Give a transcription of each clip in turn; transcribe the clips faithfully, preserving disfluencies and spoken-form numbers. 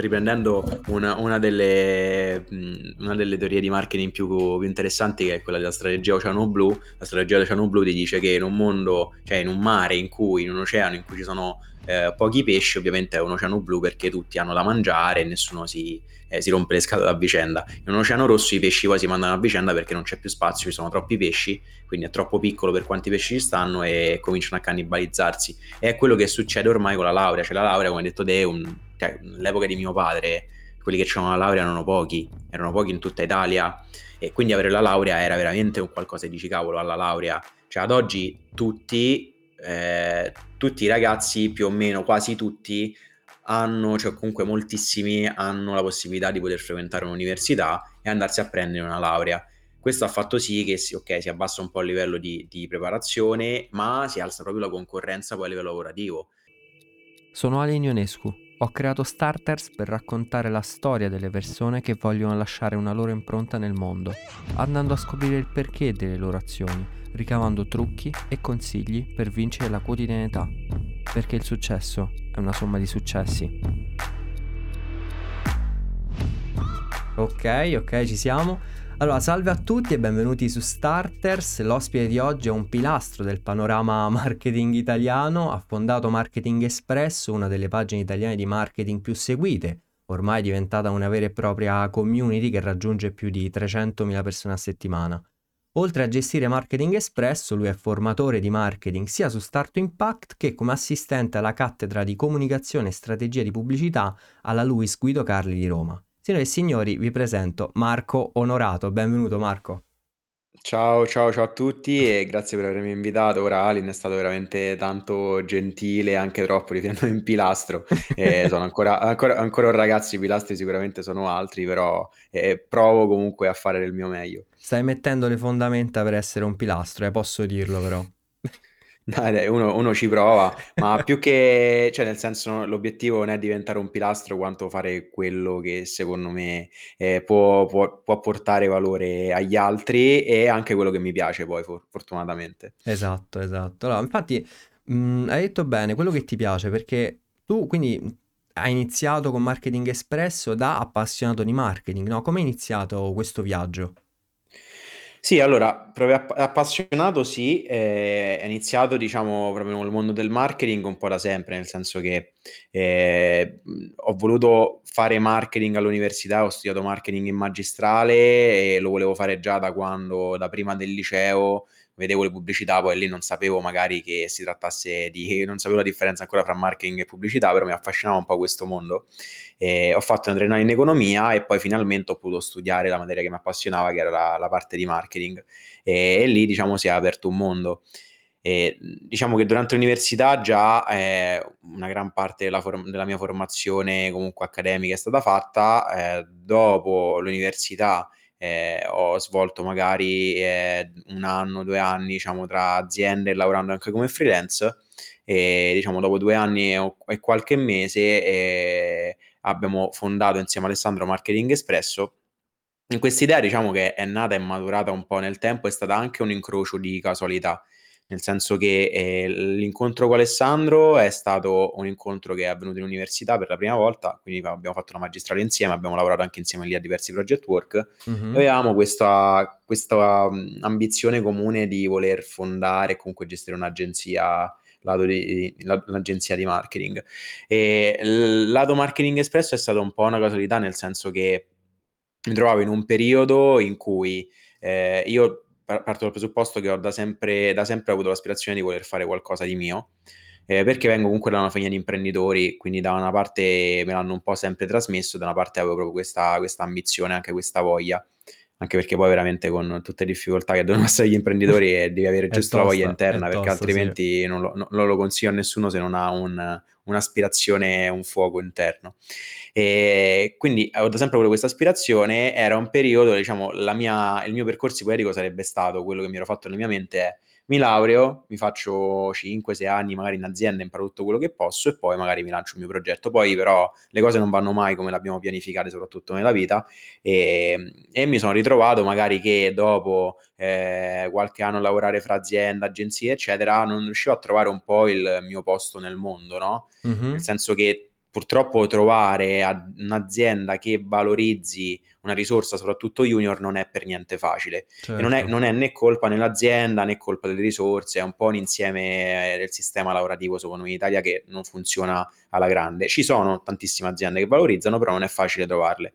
riprendendo una, una delle, mh, una delle teorie di marketing più, più interessanti, che è quella della strategia Oceano Blu. La strategia dell'Oceano Blu ti dice che in un mondo, cioè in un mare in cui, in un oceano in cui ci sono eh, pochi pesci, ovviamente è un oceano blu perché tutti hanno da mangiare e nessuno si, eh, si rompe le scatole a vicenda. In un oceano rosso i pesci poi si mandano a vicenda perché non c'è più spazio, ci sono troppi pesci, quindi è troppo piccolo per quanti pesci ci stanno e cominciano a cannibalizzarsi. E è quello che succede ormai con la laurea, cioè la laurea, come hai detto te, un, cioè, all'epoca di mio padre, quelli che avevano la laurea erano pochi, erano pochi in tutta Italia, e quindi avere la laurea era veramente un qualcosa di dici cavolo, alla laurea. Cioè ad oggi tutti, eh, tutti i ragazzi, più o meno quasi tutti, hanno, cioè comunque moltissimi hanno la possibilità di poter frequentare un'università e andarsi a prendere una laurea. Questo ha fatto sì che si, okay, si abbassa un po' il livello di, di preparazione, ma si alza proprio la concorrenza poi a livello lavorativo. Sono Ale Ionescu. Ho creato Starters per raccontare la storia delle persone che vogliono lasciare una loro impronta nel mondo, andando a scoprire il perché delle loro azioni, ricavando trucchi e consigli per vincere la quotidianità. Perché il successo è una somma di successi. Ok, ok, ci siamo. Allora, salve a tutti e benvenuti su Starters. L'ospite di oggi è un pilastro del panorama marketing italiano. Ha fondato Marketing Espresso, una delle pagine italiane di marketing più seguite. Ormai è diventata una vera e propria community che raggiunge più di trecentomila persone a settimana. Oltre a gestire Marketing Espresso, lui è formatore di marketing sia su Start to Impact che come assistente alla cattedra di comunicazione e strategia di pubblicità alla Luis Guido Carli di Roma. Signore e signori, vi presento Marco Onorato. Benvenuto Marco. Ciao, ciao, ciao a tutti e grazie per avermi invitato. Ora Alin è stato veramente tanto gentile, anche troppo, ritenendo in pilastro. Eh, sono ancora, ancora, ancora un ragazzo, i pilastri sicuramente sono altri, però eh, provo comunque a fare del mio meglio. Stai mettendo le fondamenta per essere un pilastro, eh, posso dirlo però. Dai, dai, uno, uno ci prova, ma più che, cioè nel senso, l'obiettivo non è diventare un pilastro quanto fare quello che secondo me eh, può, può- può portare valore agli altri e anche quello che mi piace poi, for- fortunatamente. Esatto, esatto. Allora, infatti, mh, hai detto bene quello che ti piace perché tu quindi hai iniziato con Marketing Espresso da appassionato di marketing, no? Come è iniziato questo viaggio? Sì, allora, proprio app- appassionato, sì, eh, è iniziato, diciamo, proprio nel mondo del marketing un po' da sempre, nel senso che eh, mh, ho voluto fare marketing all'università, ho studiato marketing in magistrale e lo volevo fare già da quando, da prima del liceo, vedevo le pubblicità, poi lì non sapevo magari che si trattasse di, non sapevo la differenza ancora fra marketing e pubblicità, però mi affascinava un po' questo mondo. Eh, ho fatto una triennale in economia e poi finalmente ho potuto studiare la materia che mi appassionava, che era la, la parte di marketing. E, e lì, diciamo, si è aperto un mondo. E, diciamo che durante l'università già eh, una gran parte della, form- della mia formazione comunque accademica è stata fatta. Eh, dopo l'università eh, ho svolto magari eh, un anno, due anni, diciamo, tra aziende, lavorando anche come freelance. E diciamo, dopo due anni e, e qualche mese eh, abbiamo fondato insieme a Alessandro Marketing Espresso. In quest'idea, diciamo che è nata e maturata un po' nel tempo, è stata anche un incrocio di casualità, nel senso che eh, l'incontro con Alessandro è stato un incontro che è avvenuto in università per la prima volta, quindi abbiamo fatto una magistrale insieme, abbiamo lavorato anche insieme lì a diversi project work e Mhm. avevamo questa, questa mh, ambizione comune di voler fondare e comunque gestire un'agenzia, lato di, la- l'agenzia di marketing. E il lato marketing espresso è stata un po' una casualità, nel senso che mi trovavo in un periodo in cui eh, io par- parto dal presupposto che ho da sempre, da sempre avuto l'aspirazione di voler fare qualcosa di mio, eh, perché vengo comunque da una famiglia di imprenditori, quindi da una parte me l'hanno un po' sempre trasmesso, da una parte avevo proprio questa, questa ambizione, anche questa voglia, anche perché poi veramente con tutte le difficoltà che devono essere gli imprenditori eh, devi avere È giusto la voglia tosta, è interna, perché tosta, sì. altrimenti non lo, no- non lo consiglio a nessuno se non ha un- un'aspirazione, un fuoco interno. E quindi ho da sempre avuto questa aspirazione, era un periodo, diciamo, la mia, il mio percorso ipotetico sarebbe stato quello che mi ero fatto nella mia mente è mi laureo, mi faccio cinque sei anni magari in azienda, imparo tutto quello che posso e poi magari mi lancio il mio progetto. Poi però le cose non vanno mai come le abbiamo pianificate, soprattutto nella vita, e, e mi sono ritrovato magari che dopo eh, qualche anno a lavorare fra azienda, agenzie, eccetera, non riuscivo a trovare un po' il mio posto nel mondo, no? Nel Mhm. senso che purtroppo trovare a- un'azienda che valorizzi una risorsa, soprattutto junior, non è per niente facile. E non è, certo. non è né colpa nell'azienda né colpa delle risorse, è un po' un insieme eh, del sistema lavorativo, secondo me, in Italia che non funziona alla grande. Ci sono tantissime aziende che valorizzano, però non è facile trovarle.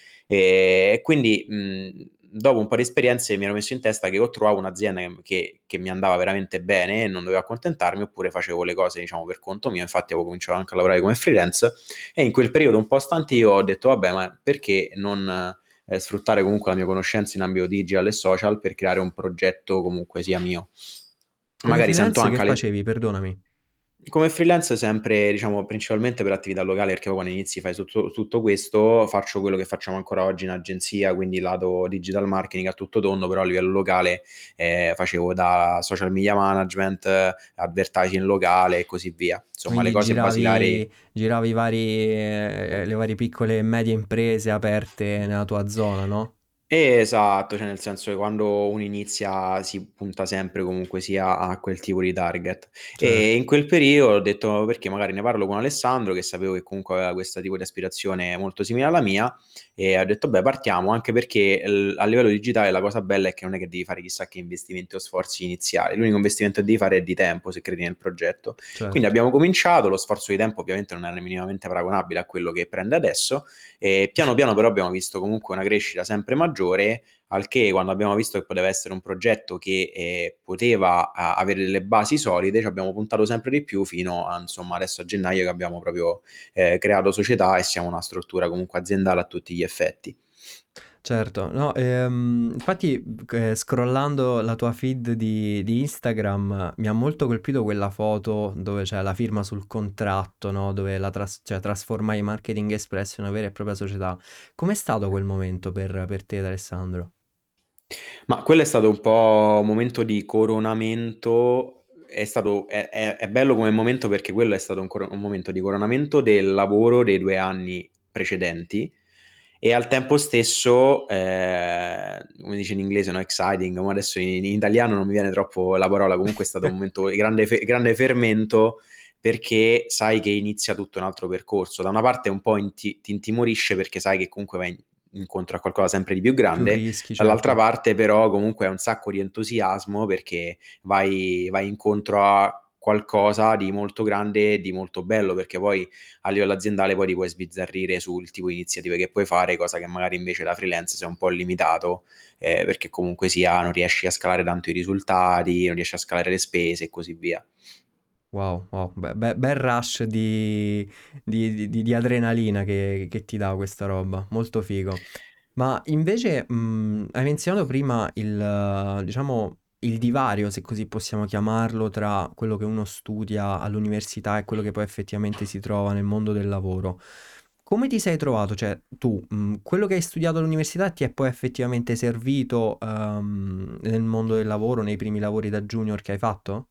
E quindi mh, dopo un po' di esperienze mi ero messo in testa che o trovavo un'azienda che, che- che mi andava veramente bene e non dovevo accontentarmi, oppure facevo le cose, diciamo, per conto mio. Infatti avevo cominciato anche a lavorare come freelance e in quel periodo un po' stantio ho detto, vabbè, ma perché non eh, sfruttare comunque la mia conoscenza in ambito digital e social per creare un progetto comunque sia mio. Come Magari sento freelance che anche alle, facevi? Perdonami. come freelance sempre, diciamo, principalmente per attività locali, perché poi quando inizi fai tutto, tutto questo, faccio quello che facciamo ancora oggi in agenzia, quindi lato digital marketing a tutto tondo, però a livello locale eh, facevo da social media management, eh, advertising locale e così via. Insomma, le Quindi cose basilari. giravi, giravi i vari, eh, le varie piccole e medie imprese aperte nella tua zona, no? Esatto, cioè nel senso che quando uno inizia si punta sempre comunque sia a quel tipo di target. E Certo. in quel periodo ho detto perché magari ne parlo con Alessandro, che sapevo che comunque aveva questo tipo di aspirazione molto simile alla mia, e ho detto beh partiamo, anche perché l- a livello digitale la cosa bella è che non è che devi fare chissà che investimenti o sforzi iniziali, l'unico investimento che devi fare è di tempo se credi nel progetto. Quindi Certo. abbiamo cominciato, lo sforzo di tempo ovviamente non era minimamente paragonabile a quello che prende adesso, e piano piano però abbiamo visto comunque una crescita sempre maggiore, al che quando abbiamo visto che poteva essere un progetto che eh, poteva a- avere delle basi solide, ci abbiamo puntato sempre di più fino a, insomma, adesso a gennaio che abbiamo proprio eh, creato società e siamo una struttura comunque aziendale a tutti gli effetti. Certo, no, ehm, infatti eh, scrollando la tua feed di, di Instagram mi ha molto colpito quella foto dove c'è la firma sul contratto, no? Dove la tras- cioè, trasformai Marketing Express in una vera e propria società. Com'è stato quel momento per, per te, Alessandro? Ma quello è stato un po' un momento di coronamento, è stato, è, è- è bello come momento perché quello è stato un, coro- un momento di coronamento del lavoro dei due anni precedenti e al tempo stesso, eh, come dice in inglese, no, exciting, ma adesso in, in italiano non mi viene troppo la parola, comunque è stato un momento di grande, fe- grande fermento perché sai che inizia tutto un altro percorso. Da una parte un po' inti- ti intimorisce perché sai che comunque vai in- incontro a qualcosa sempre di più Più grande. rischi, Dall'altra certo. parte, però, comunque è un sacco di entusiasmo perché vai, vai incontro a qualcosa di molto grande e di molto bello, perché poi a livello aziendale poi ti puoi sbizzarrire sul tipo di iniziative che puoi fare, cosa che magari invece da freelance sei un po' limitato, eh, perché comunque sia non riesci a scalare tanto i risultati, non riesci a scalare le spese e così via. Wow, wow, be- be- bel rush di, di- di- di adrenalina che, che ti dà questa roba, molto figo. Ma invece, mh, hai menzionato prima il, eh, diciamo, il divario, se così possiamo chiamarlo, tra quello che uno studia all'università e quello che poi effettivamente si trova nel mondo del lavoro. Come ti sei trovato? Cioè, tu, mh, quello che hai studiato all'università ti è poi effettivamente servito, ehm, nel mondo del lavoro, nei primi lavori da junior che hai fatto?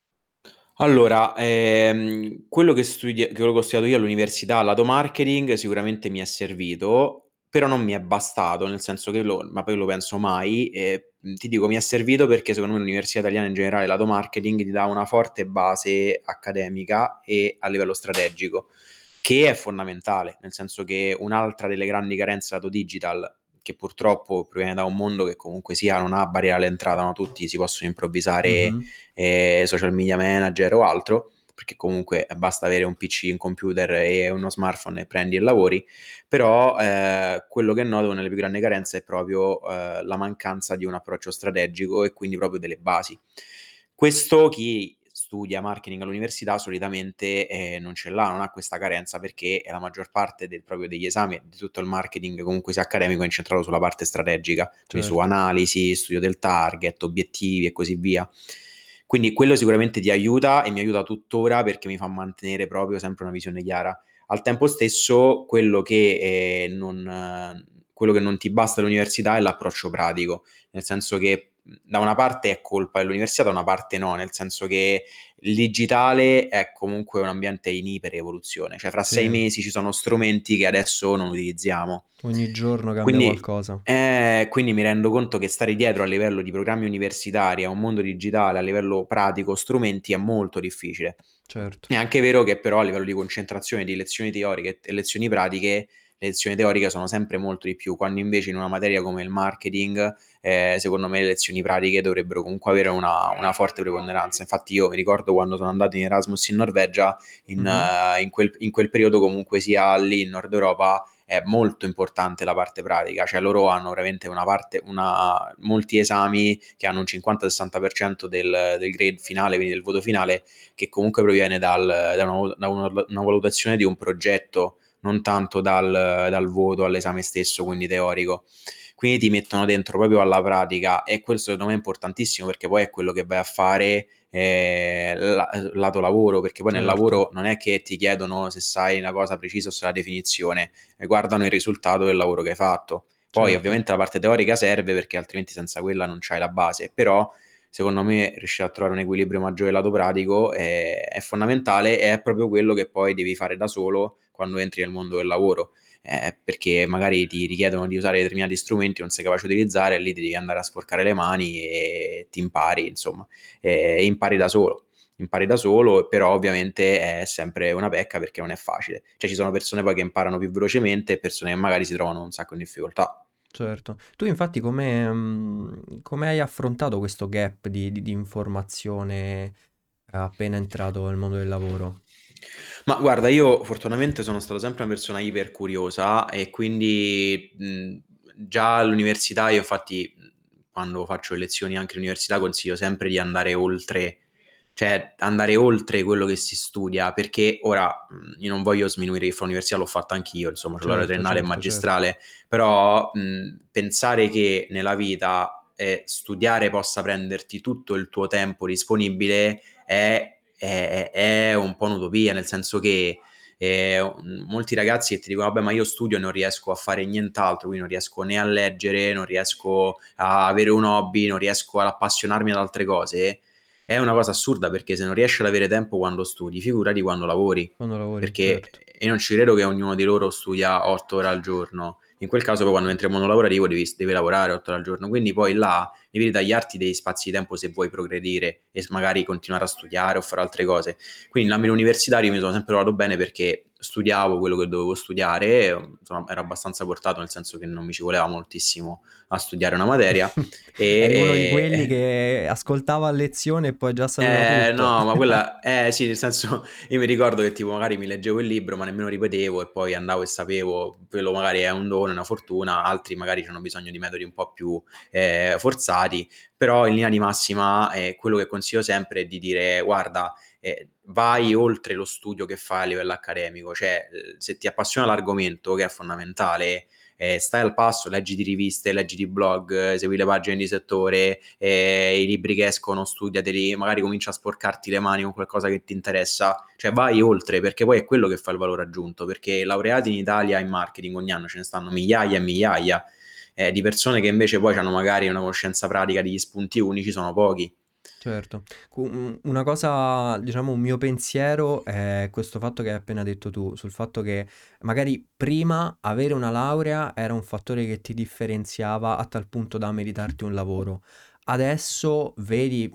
Allora, ehm, quello che, studi- quello che ho studiato io all'università, lato marketing, sicuramente mi è servito, però non mi è bastato, nel senso che lo, ma poi lo penso mai, e ti dico mi è servito perché secondo me l'università italiana in generale, lato marketing, ti dà una forte base accademica e a livello strategico, che è fondamentale, nel senso che un'altra delle grandi carenze lato digital, che purtroppo proviene da un mondo che comunque sia non ha barriera all'entrata, no? Tutti si possono improvvisare Mhm. eh, social media manager o altro, perché comunque basta avere un P C, un computer e uno smartphone e prendi e lavori, però eh, quello che noto nelle più grandi carenze è proprio eh, la mancanza di un approccio strategico e quindi proprio delle basi. Questo chi studia marketing all'università solitamente eh, non ce l'ha, non ha questa carenza perché la maggior parte del, proprio degli esami, di tutto il marketing comunque sia accademico, è incentrato sulla parte strategica, quindi su Certo. analisi, studio del target, obiettivi e così via. Quindi quello sicuramente ti aiuta e mi aiuta tuttora perché mi fa mantenere proprio sempre una visione chiara. Al tempo stesso, quello che, eh, non, eh, quello che non ti basta all'università è l'approccio pratico, nel senso che da una parte è colpa dell'università, da una parte no, nel senso che il digitale è comunque un ambiente in iper-evoluzione, cioè fra sei Sì, mesi ci sono strumenti che adesso non utilizziamo. ogni giorno cambia Quindi, qualcosa. eh, quindi mi rendo conto che stare dietro a livello di programmi universitari a un mondo digitale, a livello pratico, strumenti, è molto difficile. Certo, È anche vero che però a livello di concentrazione di lezioni teoriche e lezioni pratiche, le lezioni teoriche sono sempre molto di più, quando invece in una materia come il marketing, eh, secondo me le lezioni pratiche dovrebbero comunque avere una, una forte preponderanza. Infatti io mi ricordo quando sono andato in Erasmus in Norvegia, in, mhm, eh, in quel, in quel periodo comunque sia lì in Nord Europa è molto importante la parte pratica, cioè loro hanno veramente una parte, una, molti esami che hanno un cinquanta-sessanta per cento del, del grade finale, quindi del voto finale, che comunque proviene dal, da, una, da una, una valutazione di un progetto, non tanto dal, dal voto all'esame stesso, quindi teorico. Quindi ti mettono dentro proprio alla pratica e questo secondo me è importantissimo perché poi è quello che vai a fare eh, la- lato lavoro, perché poi nel certo, lavoro non è che ti chiedono se sai una cosa precisa o se la definizione, eh, guardano il risultato del lavoro che hai fatto. Poi certo, ovviamente la parte teorica serve perché altrimenti senza quella non c'hai la base, però secondo me riuscire a trovare un equilibrio maggiore lato pratico è, è fondamentale e è proprio quello che poi devi fare da solo quando entri nel mondo del lavoro. Eh, perché magari ti richiedono di usare determinati strumenti, non sei capace di utilizzare, e lì ti devi andare a sporcare le mani e ti impari, insomma, e impari da solo. Impari da solo, però ovviamente è sempre una pecca perché non è facile. Cioè ci sono persone poi che imparano più velocemente e persone che magari si trovano un sacco in difficoltà. certo. Tu infatti come, mm, come hai affrontato questo gap di, di- di informazione eh, appena entrato nel mondo del lavoro? Ma guarda, io fortunatamente sono stato sempre una persona iper curiosa e quindi mh, già all'università, io infatti mh, quando faccio lezioni anche all'università consiglio sempre di andare oltre, cioè andare oltre quello che si studia, perché ora mh, io non voglio sminuire che fa l'università, l'ho fatta anch'io, insomma, c'ho laurea Certo, triennale e certo, certo. magistrale, però mh, pensare che nella vita eh, studiare possa prenderti tutto il tuo tempo disponibile è è, è un po' un'utopia, nel senso che eh, molti ragazzi che ti dicono, vabbè, ma io studio e non riesco a fare nient'altro, quindi non riesco né a leggere, non riesco a avere un hobby, non riesco ad appassionarmi ad altre cose, è una cosa assurda perché se non riesci ad avere tempo quando studi, figurati quando lavori, Quando lavori, perché certo. io non ci credo che ognuno di loro studia otto ore al giorno. In quel caso, poi, quando entri nel mondo lavorativo, devi, devi lavorare otto ore al giorno. Quindi, poi là devi ritagliarti dei spazi di tempo se vuoi progredire e magari continuare a studiare o fare altre cose. Quindi, in ambito universitario mi sono sempre trovato bene perché studiavo quello che dovevo studiare, e, insomma, ero abbastanza portato, nel senso che non mi ci voleva moltissimo a studiare una materia. Eri uno di E, quelli che ascoltava a lezione e poi già sapeva eh, tutto. no, ma quella, eh sì, nel senso, io mi ricordo che tipo magari mi leggevo il libro, ma nemmeno ripetevo e poi andavo e sapevo, quello magari è un dono, è una fortuna, altri magari hanno bisogno di metodi un po' più eh, forzati, però in linea di massima eh, quello che consiglio sempre è di dire, guarda, eh, vai oltre lo studio che fai a livello accademico, cioè eh, se ti appassiona l'argomento, che è fondamentale, eh, stai al passo, leggi di riviste, leggi di blog, eh, segui le pagine di settore, eh, i libri che escono, studiateli, magari comincia a sporcarti le mani con qualcosa che ti interessa, cioè vai oltre, perché poi è quello che fa il valore aggiunto, perché laureati in Italia in marketing ogni anno ce ne stanno migliaia e migliaia, eh, di persone che invece poi hanno magari una conoscenza pratica degli spunti unici, sono pochi. Certo. Cu- un- Una cosa, diciamo, un mio pensiero è questo fatto che hai appena detto tu, sul fatto che magari prima avere una laurea era un fattore che ti differenziava a tal punto da meritarti un lavoro. Adesso vedi,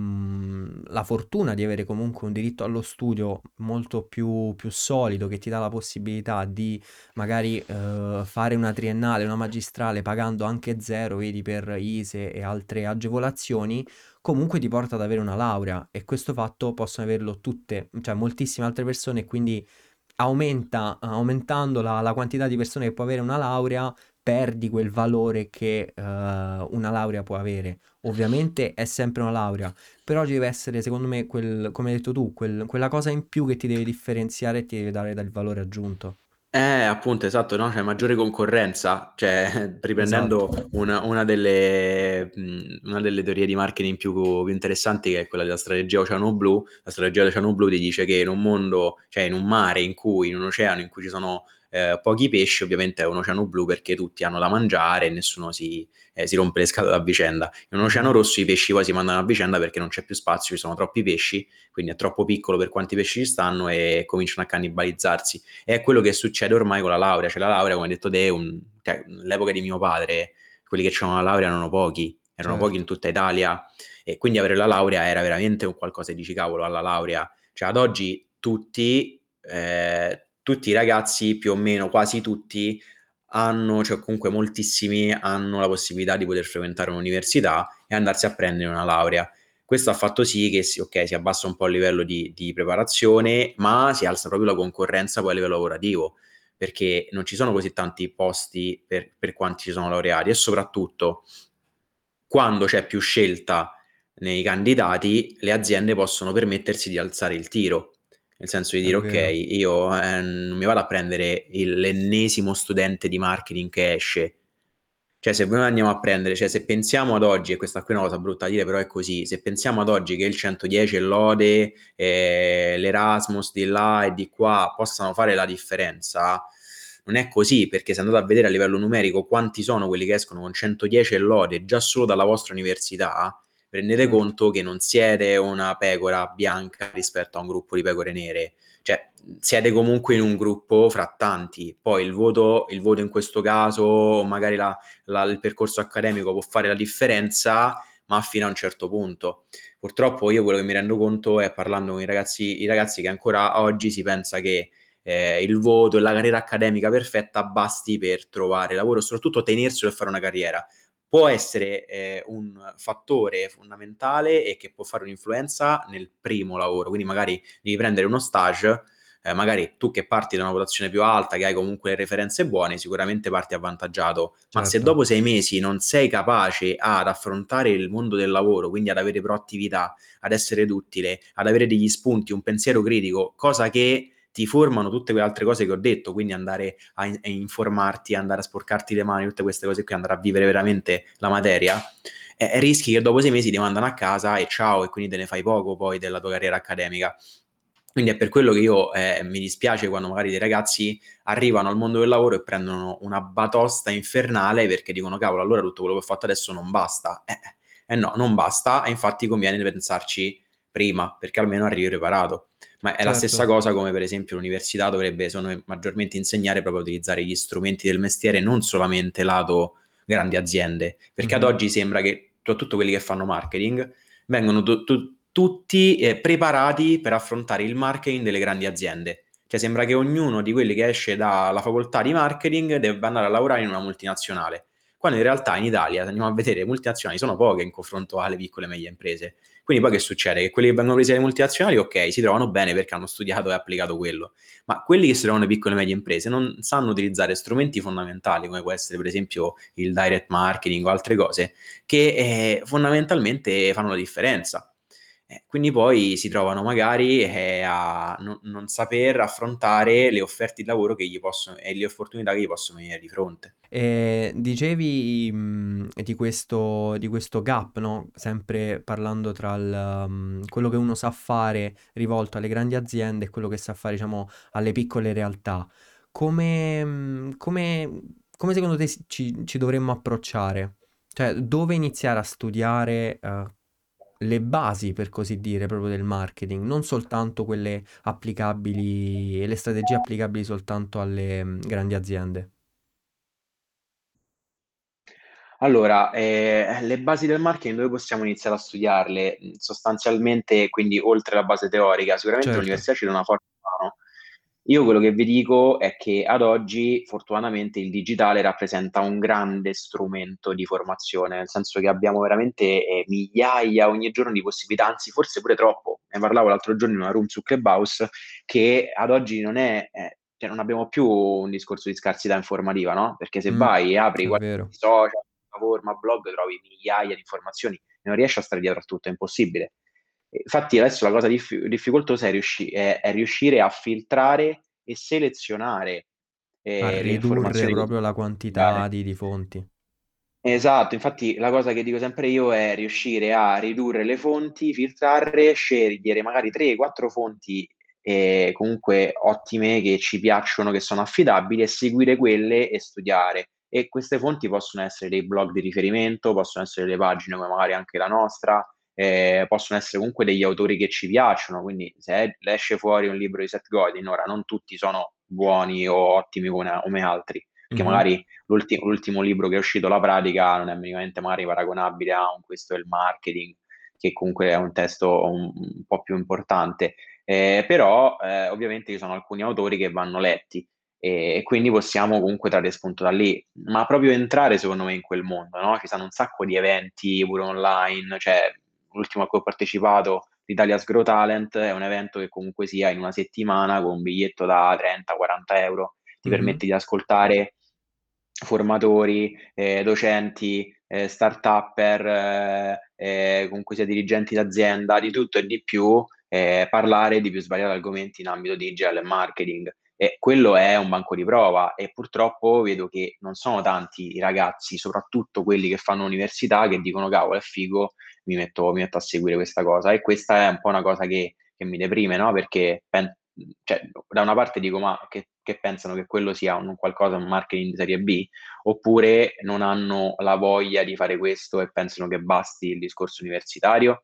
mh, la fortuna di avere comunque un diritto allo studio molto più, più solido che ti dà la possibilità di magari eh, fare una triennale, una magistrale pagando anche zero, vedi per I S E e e altre agevolazioni comunque ti porta ad avere una laurea e questo fatto possono averlo tutte, cioè moltissime altre persone e quindi aumenta, aumentando la, la quantità di persone che può avere una laurea, perdi quel valore che eh, una laurea può avere. Ovviamente è sempre una laurea, però ci deve essere, secondo me, quel, come hai detto tu, quel- quella cosa in più che ti deve differenziare e ti deve dare del valore aggiunto. Eh, appunto, esatto, no? C'è maggiore concorrenza, cioè, Esatto, riprendendo una, una delle, mh, una delle teorie di marketing più, più interessanti, che è quella della strategia Oceano Blu. La strategia dell'Oceano Blu ti dice che in un mondo, cioè in un mare in cui, in un oceano in cui ci sono eh, pochi pesci, ovviamente è un oceano blu perché tutti hanno da mangiare e nessuno si, eh, si rompe le scatole a vicenda. In un oceano Mhm. rosso i pesci poi si mandano a vicenda perché non c'è più spazio, ci sono troppi pesci, quindi è troppo piccolo per quanti pesci ci stanno e cominciano a cannibalizzarsi. E è quello che succede ormai con la laurea, cioè la laurea, come hai detto te, un, cioè, all'epoca di mio padre, quelli che avevano la laurea erano pochi, erano pochi in Certo. tutta Italia e quindi avere la laurea era veramente un qualcosa, dici cavolo, alla laurea. Cioè ad oggi tutti, eh, tutti i ragazzi, più o meno quasi tutti, hanno, cioè comunque moltissimi hanno la possibilità di poter frequentare un'università e andarsi a prendere una laurea. Questo ha fatto sì che si, okay, si abbassa un po' il livello di, di preparazione, ma si alza proprio la concorrenza poi a livello lavorativo, perché non ci sono così tanti posti per, per quanti ci sono laureati e soprattutto quando c'è più scelta nei candidati, le aziende possono permettersi di alzare il tiro, nel senso di È dire ok, vero. io eh, non mi vado a prendere il- l'ennesimo studente di marketing che esce. Cioè, se noi andiamo a prendere, cioè, se pensiamo ad oggi, e questa qui è una cosa brutta da dire, però è così, se pensiamo ad oggi che il centodieci e l'Ode, eh, l'Erasmus di là e di qua possano fare la differenza, non è così, perché se andate a vedere a livello numerico quanti sono quelli che escono con centodieci e lode già solo dalla vostra università, prendete Certo. conto che non siete una pecora bianca rispetto a un gruppo di pecore nere, cioè siete comunque in un gruppo fra tanti, poi il voto, il voto in questo caso, o magari la, la, il percorso accademico può fare la differenza, ma fino a un certo punto. Purtroppo io quello che mi rendo conto è parlando con i ragazzi, i ragazzi che ancora oggi si pensa che eh, il voto e la carriera accademica perfetta basti per trovare lavoro, soprattutto tenerselo e fare una carriera. Può essere eh, un fattore fondamentale e che può fare un'influenza nel primo lavoro, quindi magari devi prendere uno stage, eh, magari tu che parti da una votazione più alta, che hai comunque le referenze buone, sicuramente parti avvantaggiato, ma se Certo. dopo sei mesi non sei capace ad affrontare il mondo del lavoro, quindi ad avere proattività, ad essere duttile, ad avere degli spunti, un pensiero critico, cosa che ti formano tutte quelle altre cose che ho detto, quindi andare a, a informarti, andare a sporcarti le mani, tutte queste cose qui, andare a vivere veramente la materia, eh, rischi che dopo sei mesi ti mandano a casa e ciao, e quindi te ne fai poco poi della tua carriera accademica. Quindi è per quello che io eh, mi dispiace quando magari dei ragazzi arrivano al mondo del lavoro e prendono una batosta infernale perché dicono cavolo, allora tutto quello che ho fatto adesso non basta. Eh, eh no, non basta e infatti conviene pensarci prima perché almeno arrivi preparato. Ma è la stessa Certo. cosa come per esempio l'università dovrebbe secondo me, maggiormente insegnare proprio a utilizzare gli strumenti del mestiere, non solamente lato grandi aziende, perché ad Mhm. oggi sembra che soprattutto quelli che fanno marketing vengono tu- tu- tutti eh, preparati per affrontare il marketing delle grandi aziende. Cioè sembra che ognuno di quelli che esce dalla facoltà di marketing debba andare a lavorare in una multinazionale, quando in realtà in Italia, se andiamo a vedere, le multinazionali sono poche in confronto alle piccole e medie imprese. Quindi poi che succede? Che quelli che vengono presi dalle multinazionali, ok, si trovano bene perché hanno studiato e applicato quello, ma quelli che si trovano nelle piccole e medie imprese non sanno utilizzare strumenti fondamentali, come può essere per esempio il direct marketing o altre cose, che eh, fondamentalmente fanno la differenza. Eh, quindi poi si trovano magari eh, a non, non saper affrontare le offerte di lavoro che gli possono e le opportunità che gli possono venire di fronte. E dicevi mh, di questo, di questo gap, no? Sempre parlando tra il, mh, quello che uno sa fare rivolto alle grandi aziende e quello che sa fare, diciamo, alle piccole realtà. Come, mh, come- come secondo te si- ci, ci dovremmo approcciare? Cioè, dove iniziare a studiare, eh, le basi, per così dire, proprio del marketing, non soltanto quelle applicabili e le strategie applicabili soltanto alle, mh, grandi aziende? Allora, eh, le basi del marketing dove possiamo iniziare a studiarle? Mm, Sostanzialmente, quindi oltre la base teorica, sicuramente Certo. l'università ci dà una forte mano. Io quello che vi dico è che ad oggi, fortunatamente, il digitale rappresenta un grande strumento di formazione, nel senso che abbiamo veramente eh, migliaia ogni giorno di possibilità, anzi forse pure troppo. Ne parlavo l'altro giorno in una room su Clubhouse, che ad oggi non è, eh, cioè non abbiamo più un discorso di scarsità informativa, no? Perché se Mm, vai e apri è qualsiasi vero. social, piattaforma, blog, trovi migliaia di informazioni e non riesci a stare dietro a tutto, è impossibile. Infatti adesso la cosa dif- difficoltosa è, riusci- è- è riuscire a filtrare e selezionare A eh, le ridurre informazioni che si proprio la possono quantità dare. di, di fonti. Esatto, infatti la cosa che dico sempre io è riuscire a ridurre le fonti, filtrare, scegliere magari tre quattro fonti eh, comunque ottime, che ci piacciono, che sono affidabili, e seguire quelle e studiare. E queste fonti possono essere dei blog di riferimento, possono essere delle pagine come magari anche la nostra, eh, possono essere comunque degli autori che ci piacciono, quindi se esce fuori un libro di Seth Godin, ora non tutti sono buoni o ottimi come, come altri, perché Mhm. magari l'ulti- l'ultimo libro che è uscito, La Pratica, non è minimamente magari paragonabile a un Questo è il marketing, che comunque è un testo un, un po' più importante. Eh, però eh, ovviamente ci sono alcuni autori che vanno letti, e, e quindi possiamo comunque trarre spunto da lì, ma proprio entrare secondo me in quel mondo, no? Ci sono un sacco di eventi pure online, cioè l'ultimo a cui ho partecipato, l'Italia's Grow Talent, è un evento che comunque sia in una settimana con un biglietto da trenta quaranta euro, ti Mhm. permette di ascoltare formatori, eh, docenti, eh, start-upper, eh, eh, comunque sia dirigenti d'azienda, di tutto e di più, eh, parlare di più svariati argomenti in ambito digital e marketing. E quello è un banco di prova, e purtroppo vedo che non sono tanti i ragazzi, soprattutto quelli che fanno università, che dicono cavolo, è figo, mi metto, mi metto a seguire questa cosa. E questa è un po' una cosa che, che mi deprime, no? Perché pen- cioè, da una parte dico, ma che, che pensano che quello sia un qualcosa, un marketing di serie B, oppure non hanno la voglia di fare questo e pensano che basti il discorso universitario.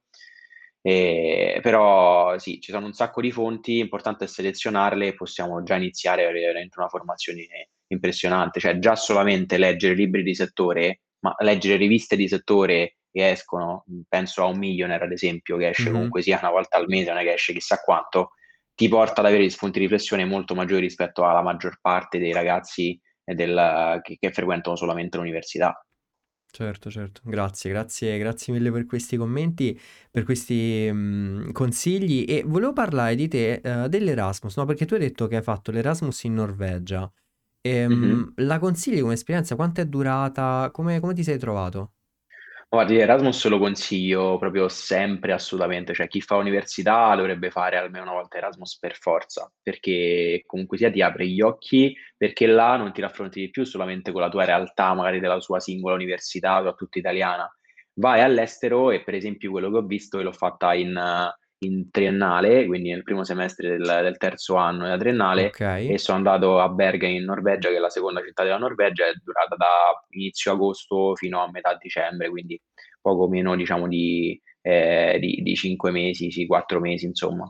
Eh, però sì, ci sono un sacco di fonti, l'importante è selezionarle, e possiamo già iniziare a avere veramente una formazione impressionante, cioè già solamente leggere libri di settore, ma leggere riviste di settore che escono, penso a un Millionaire ad esempio, che esce Mhm. comunque sia una volta al mese, non è che esce chissà quanto, ti porta ad avere degli spunti di riflessione molto maggiori rispetto alla maggior parte dei ragazzi del- che, che frequentano solamente l'università. Certo, certo, grazie, grazie, grazie mille per questi commenti, per questi mm, consigli e volevo parlare di te, eh, dell'Erasmus, no? Perché tu hai detto che hai fatto l'Erasmus in Norvegia. Mhm. Ehm, la consigli come esperienza? Quanto è durata? Come, come ti sei trovato? Guardi, Erasmus lo consiglio proprio sempre, assolutamente, cioè chi fa università dovrebbe fare almeno una volta Erasmus per forza, perché comunque sia ti apre gli occhi, perché là non ti raffronti più solamente con la tua realtà, magari della sua singola università, soprattutto italiana. Vai all'estero, e per esempio quello che ho visto, e l'ho fatta in, eh, in triennale, quindi nel primo semestre del, del terzo anno della triennale, Ok, e sono andato a Bergen in Norvegia, che è la seconda città della Norvegia, è durata da inizio agosto fino a metà dicembre, quindi poco meno, diciamo, di, eh, di, di cinque mesi, sì, quattro mesi, insomma.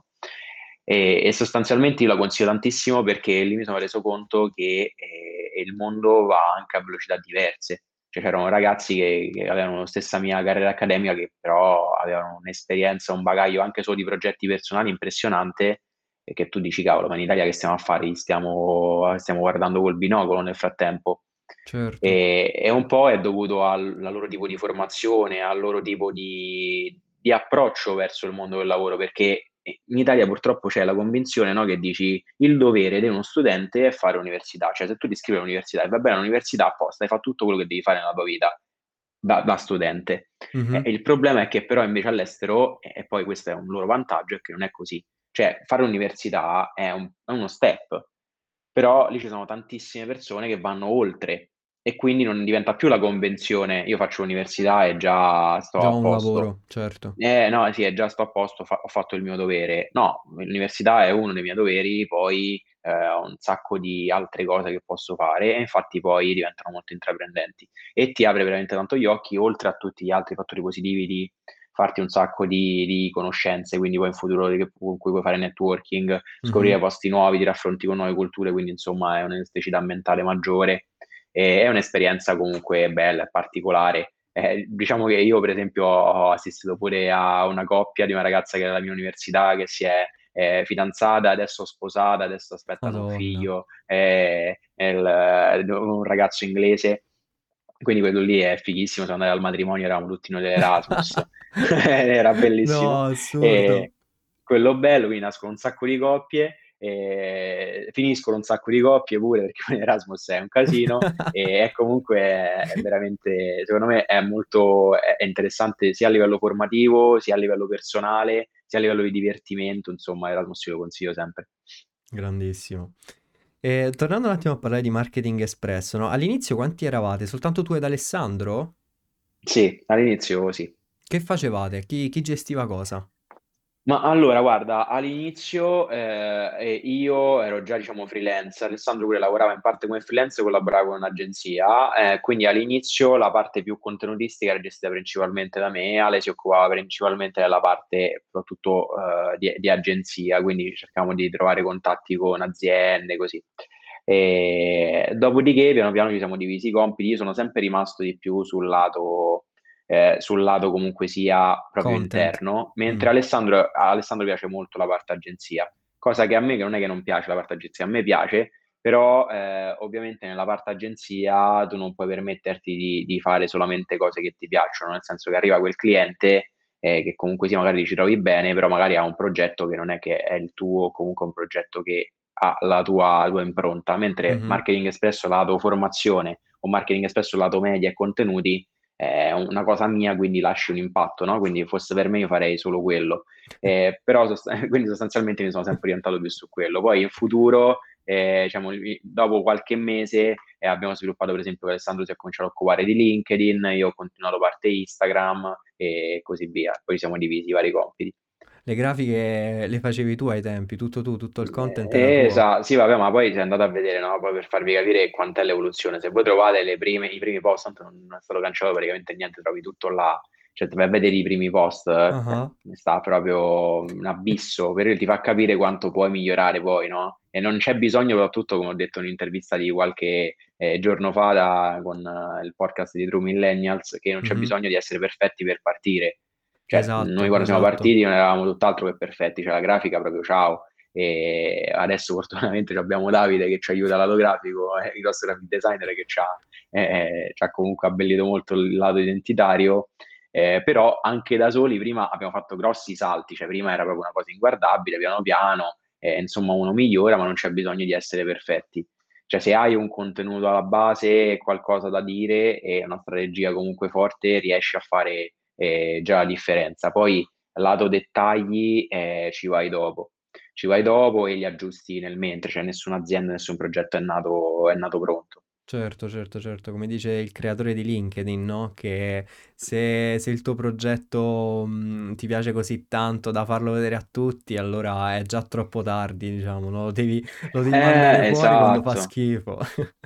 E, e sostanzialmente io la consiglio tantissimo, perché lì mi sono reso conto che eh, il mondo va anche a velocità diverse. Cioè, c'erano ragazzi che, che avevano la stessa mia carriera accademica, che però avevano un'esperienza, un bagaglio anche solo di progetti personali impressionante, e che tu dici, cavolo, ma in Italia che stiamo a fare? Stiamo, stiamo guardando col binocolo nel frattempo. certo. E, e un po' è dovuto al, al loro tipo di formazione, al loro tipo di, di approccio verso il mondo del lavoro, perché in Italia purtroppo c'è la convinzione, no, che dici il dovere di uno studente è fare università, cioè se tu ti iscrivi all'università e vai bene all'università apposta, hai fatto tutto quello che devi fare nella tua vita da, da studente. Eh, Mhm. il problema è che però invece all'estero, e poi questo è un loro vantaggio, è che non è così. Cioè fare l'università è, un- è uno step, però lì ci sono tantissime persone che vanno oltre, e quindi non diventa più la convenzione, io faccio l'università e già sto Già a un posto. lavoro, certo. Eh, no, sì, è già sto a posto, fa- ho fatto il mio dovere. No, l'università è uno dei miei doveri, poi eh, ho un sacco di altre cose che posso fare, e infatti poi diventano molto intraprendenti, e ti apre veramente tanto gli occhi, oltre a tutti gli altri fattori positivi di farti un sacco di, di conoscenze, quindi poi in futuro che- con cui puoi fare networking, scoprire Mhm. posti nuovi, ti raffronti con nuove culture, quindi insomma è un'elasticità mentale maggiore, e è un'esperienza comunque bella e particolare. Eh, diciamo che io, per esempio, ho assistito pure a una coppia di una ragazza che era alla mia università, che si è eh, fidanzata, adesso sposata, adesso aspettano un Madonna. figlio, è, è il- un ragazzo inglese, quindi quello lì è fighissimo. Siamo andati al matrimonio, eravamo tutti noi dell'Erasmus, era bellissimo. No, assurdo. E quello bello, quindi nascono un sacco di coppie, e finiscono un sacco di coppie pure, perché poi Erasmus è un casino, e è comunque è veramente, secondo me è molto è è interessante, sia a livello formativo, sia a livello personale, sia a livello di divertimento, insomma, Erasmus io lo consiglio sempre. Grandissimo. E tornando un attimo a parlare di marketing espresso, no? All'inizio quanti eravate? Soltanto tu ed Alessandro? Sì, all'inizio sì. Che facevate? Chi, chi gestiva cosa? Ma allora, guarda, all'inizio eh, eh, io ero già, diciamo, freelance. Alessandro pure lavorava in parte come freelance e collaborava con un'agenzia, eh, quindi all'inizio la parte più contenutistica era gestita principalmente da me. Ale si occupava principalmente della parte soprattutto eh, di, di agenzia, quindi cercavamo di trovare contatti con aziende, così. E dopodiché, piano piano ci siamo divisi i compiti. Io sono sempre rimasto di più sul lato eh, sul lato comunque sia proprio Content. interno, Mm. mentre Alessandro, a Alessandro piace molto la parte agenzia, cosa che a me che non è che non piace la parte agenzia, a me piace, però eh, ovviamente nella parte agenzia tu non puoi permetterti di, di fare solamente cose che ti piacciono, nel senso che arriva quel cliente eh, che comunque sia magari ci trovi bene, però magari ha un progetto che non è che è il tuo, o comunque un progetto che ha la tua, la tua impronta, mentre Mhm. marketing espresso lato formazione o marketing espresso lato media e contenuti è una cosa mia, quindi lasci un impatto, no? Quindi fosse per me io farei solo quello. Eh, però sost- quindi sostanzialmente mi sono sempre orientato più su quello. Poi in futuro, eh, diciamo, i- dopo qualche mese eh, abbiamo sviluppato, per esempio, Alessandro si è cominciato a occupare di LinkedIn, io ho continuato parte Instagram e così via. Poi ci siamo divisi i vari compiti. Le grafiche le facevi tu ai tempi, tutto tu, tutto il content era Eh, tuo. Esatto, sì, vabbè, ma poi sei andato a vedere, no? Poi per farvi capire quant'è l'evoluzione. Se voi trovate le prime, i primi post, tanto non non è stato cancellato praticamente niente, trovi tutto là. Cioè, vai a vedere i primi post, eh, Ah, sta proprio un abisso, per ti fa capire quanto puoi migliorare poi, no? E non c'è bisogno, soprattutto, come ho detto in un'intervista di qualche eh, giorno fa da- con eh, il podcast di True Millennials, che non c'è mhm. bisogno di essere perfetti per partire. Cioè, noi Esatto, quando siamo esatto. partiti non eravamo tutt'altro che perfetti, cioè la grafica proprio ciao e adesso fortunatamente abbiamo Davide che ci aiuta lato grafico, eh, il nostro graphic designer che ci ha, eh, eh, ci ha comunque abbellito molto il lato identitario, eh, però anche da soli prima abbiamo fatto grossi salti, cioè prima era proprio una cosa inguardabile, piano piano, eh, insomma uno migliora ma non c'è bisogno di essere perfetti. Cioè se hai un contenuto alla base e qualcosa da dire e una strategia comunque forte riesci a fare eh, già la differenza. Poi lato dettagli eh, ci vai dopo ci vai dopo e li aggiusti nel mentre, cioè nessuna azienda, nessun progetto è nato, è nato pronto. Certo, certo, certo, come dice il creatore di LinkedIn, no? Che se, se il tuo progetto mh, ti piace così tanto da farlo vedere a tutti, allora è già troppo tardi, diciamo, no? Lo devi, lo devi mandare Eh, fuori quando fa esatto. schifo.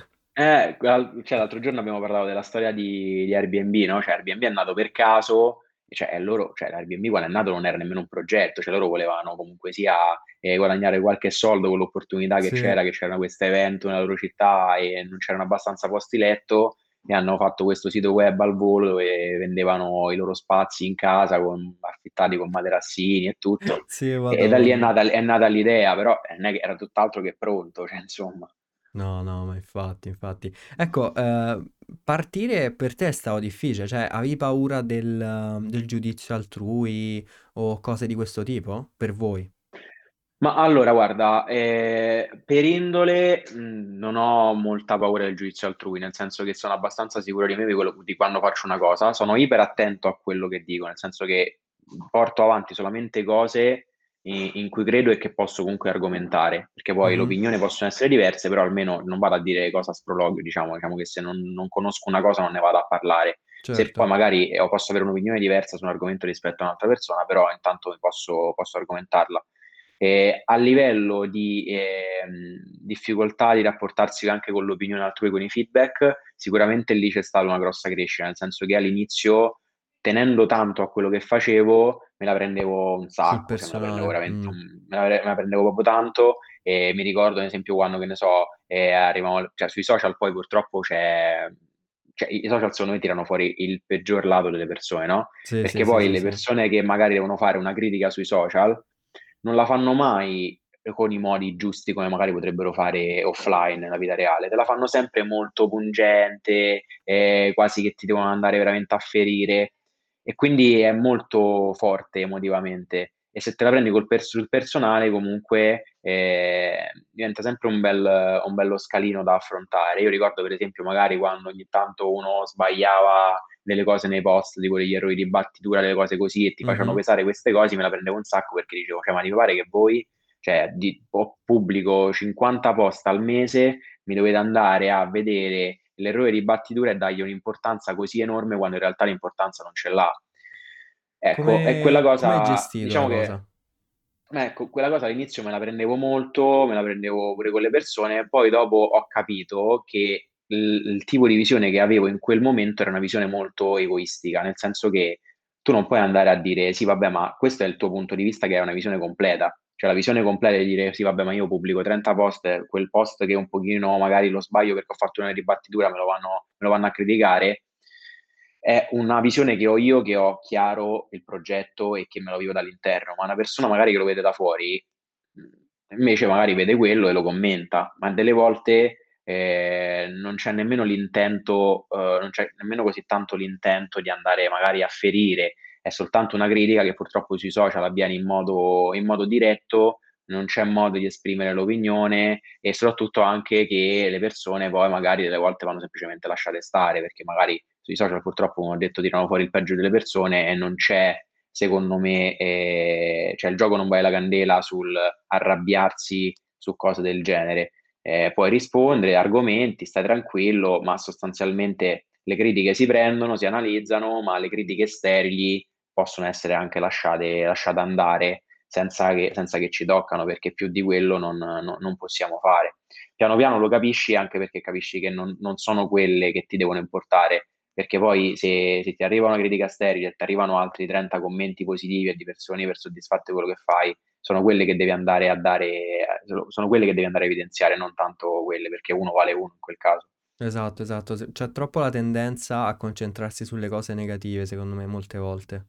Eh, qual- cioè, l'altro giorno abbiamo parlato della storia di, di Airbnb, no? Cioè, Airbnb è nato per caso, cioè, loro, cioè, l'Airbnb quando è nato non era nemmeno un progetto, cioè, loro volevano comunque sia eh, guadagnare qualche soldo con l'opportunità che Sì, c'era, che c'era questo evento nella loro città e non c'erano abbastanza posti letto, e hanno fatto questo sito web al volo dove vendevano i loro spazi in casa con, affittati con materassini e tutto. sì, E da lì è Madonna. nata, è nata l'idea, però eh, non è che era tutt'altro che pronto, cioè, insomma. No, no, ma infatti, infatti. Ecco, eh, partire per te è stato difficile, cioè avevi paura del, del giudizio altrui o cose di questo tipo per voi? Ma allora, guarda, eh, per indole mh, non ho molta paura del giudizio altrui, nel senso che sono abbastanza sicuro di me di, quello- di quando faccio una cosa, sono iper attento a quello che dico, nel senso che porto avanti solamente cose in, in cui credo e che posso comunque argomentare, perché poi le Mhm. opinioni possono essere diverse, però almeno non vado a dire cosa a sproloquio, diciamo, diciamo che se non, non conosco una cosa non ne vado a parlare. Se poi Certo. magari eh, posso avere un'opinione diversa su un argomento rispetto a un'altra persona, però intanto posso, posso argomentarla. Eh, a livello di ehm, difficoltà di rapportarsi anche con l'opinione altrui, con i feedback, sicuramente lì c'è stata una grossa crescita, nel senso che all'inizio, tenendo tanto a quello che facevo, me la prendevo un Sul sacco, cioè me la prendevo personale. veramente, Mm. un- me la, me la prendevo proprio tanto e mi ricordo ad esempio quando, che ne so, eh, arrivavo, cioè sui social poi purtroppo c'è... Cioè, i social secondo me tirano fuori il peggior lato delle persone, no? Sì, sì, Perché sì, poi sì, le sì. persone che magari devono fare una critica sui social non la fanno mai con i modi giusti come magari potrebbero fare offline nella vita reale, te la fanno sempre molto pungente, eh, quasi che ti devono andare veramente a ferire e quindi è molto forte emotivamente e se te la prendi col pers- sul personale comunque eh, diventa sempre un bel, un bello scalino da affrontare. Io ricordo per esempio magari quando ogni tanto uno sbagliava delle cose nei post, tipo degli errori di battitura, delle cose così, e ti facevano Mhm. pesare queste cose, me la prendevo un sacco perché dicevo, cioè, ma mi pare che voi, cioè, di, ho- pubblico cinquanta post al mese, mi dovete andare a vedere l'errore di battitura e dargli un'importanza così enorme quando in realtà l'importanza non ce l'ha. Ecco, è quella Come, come hai cosa, gestito la diciamo che cosa? ecco, quella cosa all'inizio me la prendevo molto, me la prendevo pure con le persone, poi dopo ho capito che il, il tipo di visione che avevo in quel momento era una visione molto egoistica, nel senso che tu non puoi andare a dire sì, vabbè, ma questo è il tuo punto di vista che è una visione completa, cioè la visione completa è di dire sì, vabbè, ma io pubblico trenta post, quel post che un pochino magari lo sbaglio perché ho fatto una ribattitura me lo vanno, me lo vanno a criticare, è una visione che ho io, che ho chiaro il progetto e che me lo vivo dall'interno, ma una persona magari che lo vede da fuori, mh, invece magari vede quello e lo commenta, ma delle volte eh, non c'è nemmeno l'intento, eh, non c'è nemmeno così tanto l'intento di andare magari a ferire, è soltanto una critica che purtroppo sui social avviene in modo, in modo diretto, non c'è modo di esprimere l'opinione e soprattutto anche che le persone poi magari delle volte vanno semplicemente lasciate stare perché magari sui social purtroppo, come ho detto, tirano fuori il peggio delle persone e non c'è, secondo me, eh, cioè il gioco non vale la candela sul arrabbiarsi su cose del genere. Eh, puoi rispondere, argomenti, stai tranquillo, ma sostanzialmente le critiche si prendono, si analizzano, ma le critiche sterili possono essere anche lasciate, lasciate andare senza che, senza che ci toccano, perché più di quello non, non- non possiamo fare. Piano piano lo capisci anche perché capisci che non, non sono quelle che ti devono importare, perché poi se, se ti arriva una critica sterile e ti arrivano altri trenta commenti positivi e di persone per soddisfatte di quello che fai, sono quelle che devi andare a dare, sono quelle che devi andare a evidenziare, non tanto quelle, perché uno vale uno in quel caso. Esatto, esatto. Se- C'è troppo la tendenza a concentrarsi sulle cose negative, secondo me, molte volte.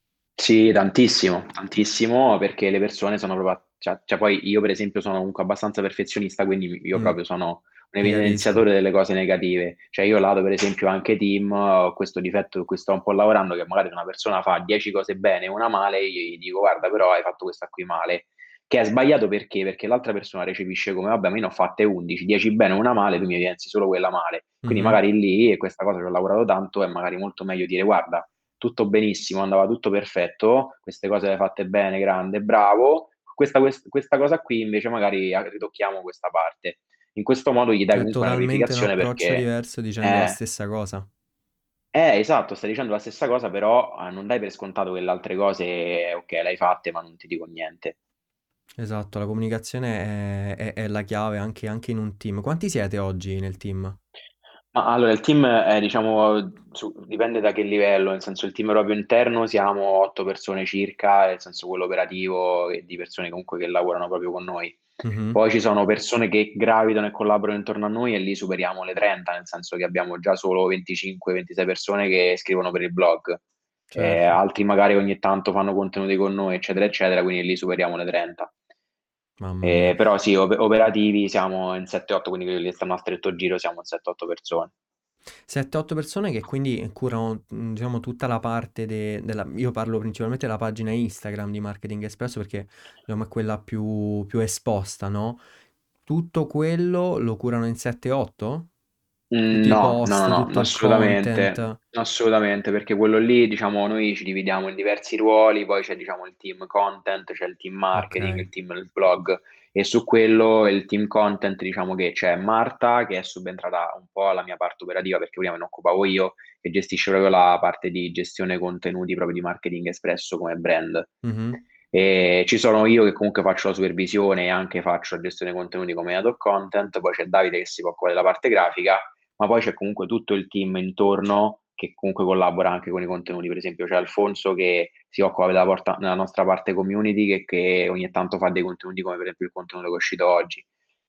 Sì, tantissimo, tantissimo, perché le persone sono proprio, cioè, cioè poi io per esempio sono comunque abbastanza perfezionista, quindi io Mm, proprio sono un ti capisco. evidenziatore delle cose negative. Cioè io lato per esempio anche team, ho questo difetto su cui sto un po' lavorando, che magari se una persona fa dieci cose bene e una male, io gli dico guarda però hai fatto questa qui male, che è sbagliato perché? Perché l'altra persona recepisce come vabbè ma io ne ho fatte undici, dieci bene e una male, tu mi evidenzi solo quella male. Quindi Mhm. magari lì, e questa cosa ci ho lavorato tanto, è magari molto meglio dire guarda tutto benissimo, andava tutto perfetto, queste cose le hai fatte bene, grande, bravo. Questa, quest- questa cosa qui invece magari ritocchiamo questa parte. In questo modo gli dai È comunque una totalmente un gratificazione approccio perché diverso dicendo la eh, stessa cosa. eh, esatto, stai dicendo la stessa cosa, però eh, non dai per scontato che le altre cose, eh, ok, le hai fatte, ma non ti dico niente. Esatto, la comunicazione è, è- è la chiave anche, anche in un team. Quanti siete oggi nel team? Ma allora il team è, diciamo, su- dipende da che livello, nel senso il team proprio interno siamo otto persone circa, nel senso quello operativo e di persone comunque che lavorano proprio con noi. Mhm. Poi ci sono persone che gravitano e collaborano intorno a noi e lì superiamo le trenta, nel senso che abbiamo già solo venticinque ventisei persone che scrivono per il blog. Eh, Certo, altri magari ogni tanto fanno contenuti con noi, eccetera, eccetera, quindi lì superiamo le trenta. mamma mia. Eh, però sì, op- operativi siamo in sette otto, quindi quelli che stanno a stretto giro siamo in sette otto persone. sette otto persone che quindi curano, mh, diciamo, tutta la parte de- della... Io parlo principalmente della pagina Instagram di Marketing Espresso perché, diciamo, è quella più, più esposta, no? Tutto quello lo curano in sette otto? Mm, Tutti i no, no, post, no, no, tutto il assolutamente, content. assolutamente, perché quello lì, diciamo, noi ci dividiamo in diversi ruoli, poi c'è, diciamo, il team content, c'è il team Ok. marketing, il team del blog, e su quello, il team content, diciamo che c'è Marta, che è subentrata un po' alla mia parte operativa, perché prima me ne occupavo io, che gestisce proprio la parte di gestione contenuti proprio di marketing espresso come brand. Mhm. E ci sono io che comunque faccio la supervisione e anche faccio la gestione contenuti come head of content, poi c'è Davide che si occupa della parte grafica, ma poi c'è comunque tutto il team intorno che comunque collabora anche con i contenuti. Per esempio c'è Alfonso che si occupa della, porta- della nostra parte community che, che ogni tanto fa dei contenuti come per esempio il contenuto che è uscito oggi.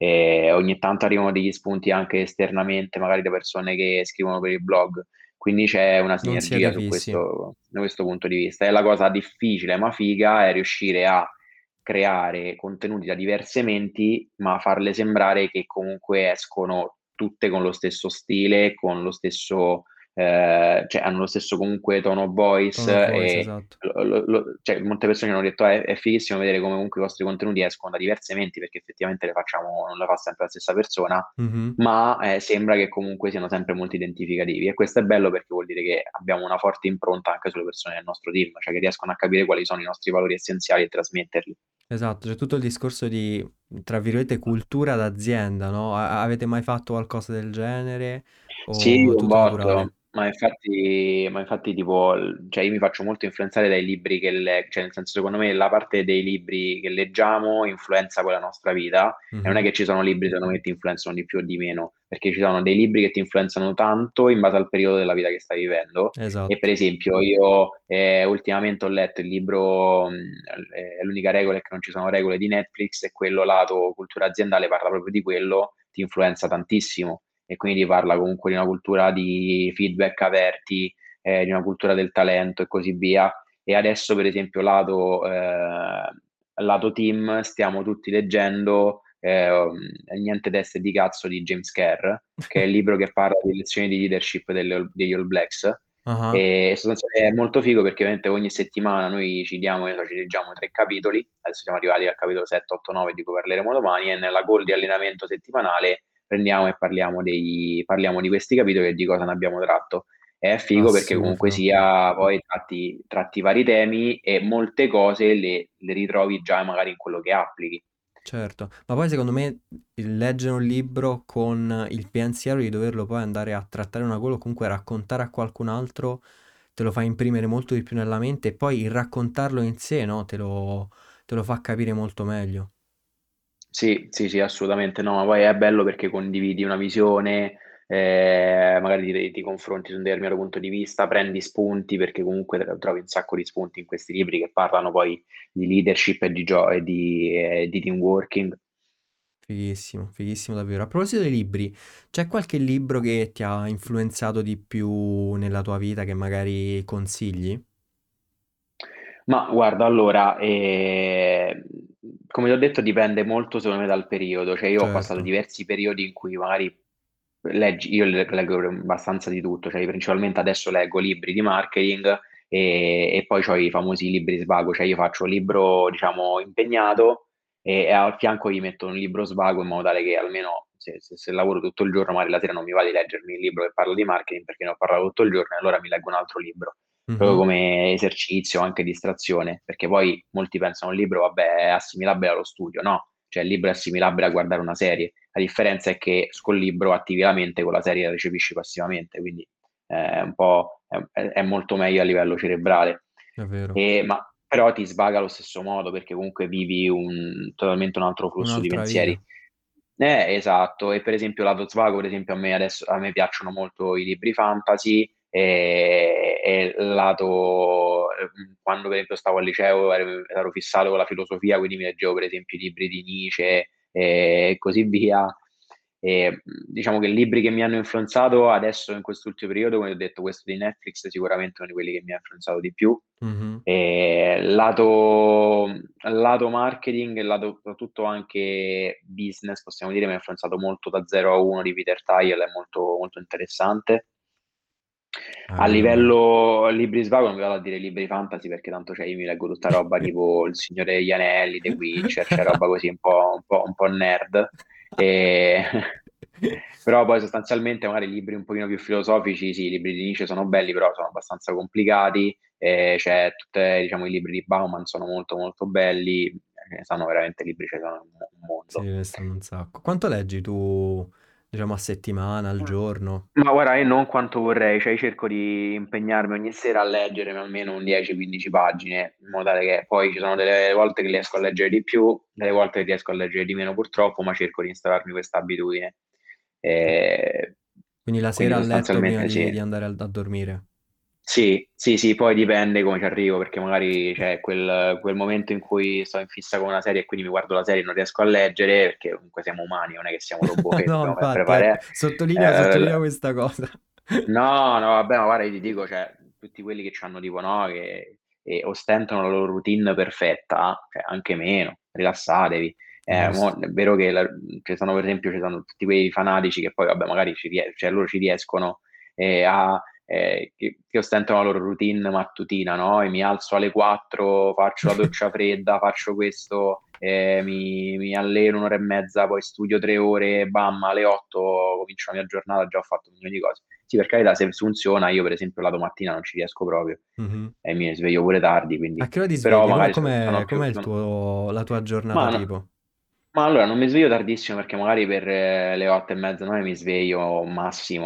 E ogni tanto arrivano degli spunti anche esternamente, magari da persone che scrivono per il blog. Quindi c'è una Non siete sinergia su fissi. questo, da questo punto di vista. E la cosa difficile ma figa è riuscire a creare contenuti da diverse menti, ma farle sembrare che comunque escono tutte con lo stesso stile, con lo stesso, eh, cioè hanno lo stesso comunque tono of Tone of voice voice, e esatto. lo- lo- lo- cioè, molte persone mi hanno detto "Eh, è fighissimo vedere come comunque i vostri contenuti escono da diverse menti perché effettivamente le facciamo, non le fa sempre la stessa persona, Mhm. ma eh, sembra che comunque siano sempre molto identificativi e questo è bello perché vuol dire che abbiamo una forte impronta anche sulle persone del nostro team, cioè che riescono a capire quali sono i nostri valori essenziali e trasmetterli. Esatto, c'è tutto il discorso di, tra virgolette, cultura d'azienda, no? A- avete mai fatto qualcosa del genere Sì, o un tutto botto, naturale? Ma infatti, ma infatti tipo, l- cioè io mi faccio molto influenzare dai libri che leggo, cioè nel senso secondo me la parte dei libri che leggiamo influenza poi la nostra vita e non è Mhm. che ci sono libri secondo me che ti influenzano di più o di meno, perché ci sono dei libri che ti influenzano tanto in base al periodo della vita che stai vivendo e per Esatto. esempio io eh, ultimamente ho letto il libro, mh, eh, L'unica regola è che non ci sono regole di Netflix e quello lato cultura aziendale parla proprio di quello, ti influenza tantissimo e quindi parla comunque di una cultura di feedback aperti, eh, di una cultura del talento e così via. E adesso, per esempio, lato, eh, lato team, stiamo tutti leggendo eh, Niente teste di cazzo di James Kerr, che è il libro che parla di lezioni di leadership delle- degli All Blacks. Ah, E sostanzialmente è molto figo perché ovviamente ogni settimana noi ci diamo, ci leggiamo tre capitoli, adesso siamo arrivati al capitolo sette, otto, nove di cui parleremo domani, e nella call di allenamento settimanale prendiamo e parliamo, dei, parliamo di questi capitoli e di cosa ne abbiamo tratto. È figo perché comunque assurdo. sia poi tratti, tratti vari temi e molte cose le, le ritrovi già magari in quello che applichi. Certo, ma poi secondo me il leggere un libro con il pensiero di doverlo poi andare a trattare una cosa o comunque raccontare a qualcun altro te lo fa imprimere molto di più nella mente e poi il raccontarlo in sé, no? Te lo, te lo fa capire molto meglio. Sì, sì, sì, assolutamente no, ma poi è bello perché condividi una visione, eh, magari ti, ti confronti su un determinato punto di vista, prendi spunti perché comunque te- trovi un sacco di spunti in questi libri che parlano poi di leadership e di, gio- e di, e di team working. Fighissimo, fighissimo davvero. A proposito dei libri, c'è qualche libro che ti ha influenzato di più nella tua vita che magari consigli? Ma guarda, allora, eh, come ti ho detto, dipende molto secondo me dal periodo, cioè io ho passato Certo. diversi periodi in cui magari leggi, io le- leggo abbastanza di tutto, cioè principalmente adesso leggo libri di marketing e, e poi ho i famosi libri svago, cioè io faccio un libro, diciamo, impegnato e, e al fianco gli metto un libro svago in modo tale che almeno se, se- se lavoro tutto il giorno, magari la sera non mi va di leggermi il libro che parla di marketing perché ne ho parlato tutto il giorno e allora mi leggo un altro libro proprio Mhm. come esercizio, anche distrazione, perché poi molti pensano un libro, vabbè, è assimilabile allo studio, no, cioè il libro è assimilabile a guardare una serie, la differenza è che col libro attivi la mente, con la serie la recepisci passivamente, quindi eh, è un po', è, è molto meglio a livello cerebrale. È vero. E, ma però ti svaga allo stesso modo perché comunque vivi un, totalmente un altro flusso di Un'altra pensieri. vita. Eh, esatto, e per esempio lato svago, per esempio a me adesso a me piacciono molto i libri fantasy e, e lato eh, quando per esempio stavo al liceo ero, ero fissato con la filosofia, quindi mi leggevo per esempio i libri di Nietzsche e così via. E, diciamo che libri che mi hanno influenzato adesso in quest'ultimo periodo, come ho detto, questo di Netflix è sicuramente uno di quelli che mi ha influenzato di più. Mhm. E lato, lato marketing e lato soprattutto anche business, possiamo dire, mi ha influenzato molto da zero a uno di Peter Thiel, è molto, molto interessante. Ah, A quello è bello. livello libri svago non vi vado a dire libri fantasy perché tanto cioè, io mi leggo tutta roba tipo Il Signore degli Anelli, The Witcher, c'è roba così un po', un po', un po' nerd. E... Però poi sostanzialmente magari libri un pochino più filosofici, sì, i libri di Nietzsche sono belli, però sono abbastanza complicati. Eh, c'è tutte, diciamo, i libri di Bauman sono molto molto belli, ce ne sono veramente libri, ce ne sono un un Sì, mondo. ne stanno un sacco. Quanto leggi tu, diciamo, a settimana, al giorno? Ma guarda, io non quanto vorrei, cioè io cerco di impegnarmi ogni sera a leggere almeno un dieci quindici pagine, in modo tale che poi ci sono delle volte che riesco a leggere di più, delle volte che riesco a leggere di meno purtroppo, ma cerco di installarmi questa abitudine. Eh, Quindi la quindi sera a letto prima sostanzialmente di, sì. di andare al- a dormire. Sì, sì, sì, poi dipende come ci arrivo, perché magari c'è quel, quel momento in cui sto in fissa con una serie e quindi mi guardo la serie e non riesco a leggere, perché comunque siamo umani, non è che siamo robot che No, dobbiamo sempre infatti, ecco, fare... sottolinea, sottolinea eh, questa cosa. No, no, vabbè, ma guarda, io ti dico, cioè, tutti quelli che hanno tipo, no, che e ostentano la loro routine perfetta, cioè, anche meno, rilassatevi. Eh, mo, Giusto. è vero che la- ci sono, per esempio, ci sono tutti quei fanatici che poi, vabbè, magari ci ries- cioè, loro ci riescono eh, a, eh, che, che ostentano la loro routine mattutina, no? E mi alzo alle quattro, faccio la doccia fredda, faccio questo, eh, mi, mi alleno un'ora e mezza, poi studio tre ore, bam, alle otto comincio la mia giornata, già ho fatto un milione di cose. Sì, per carità, se funziona, io per esempio la domattina non ci riesco proprio Mhm. e mi sveglio pure tardi, A quindi che ora ti però svegli? Com'è, magari sono, com'è- sono più... com'è il sono- tuo, la tua giornata Ma, no- tipo? ma allora non mi sveglio tardissimo perché magari per eh, le otto e mezza, nove mi sveglio massimo,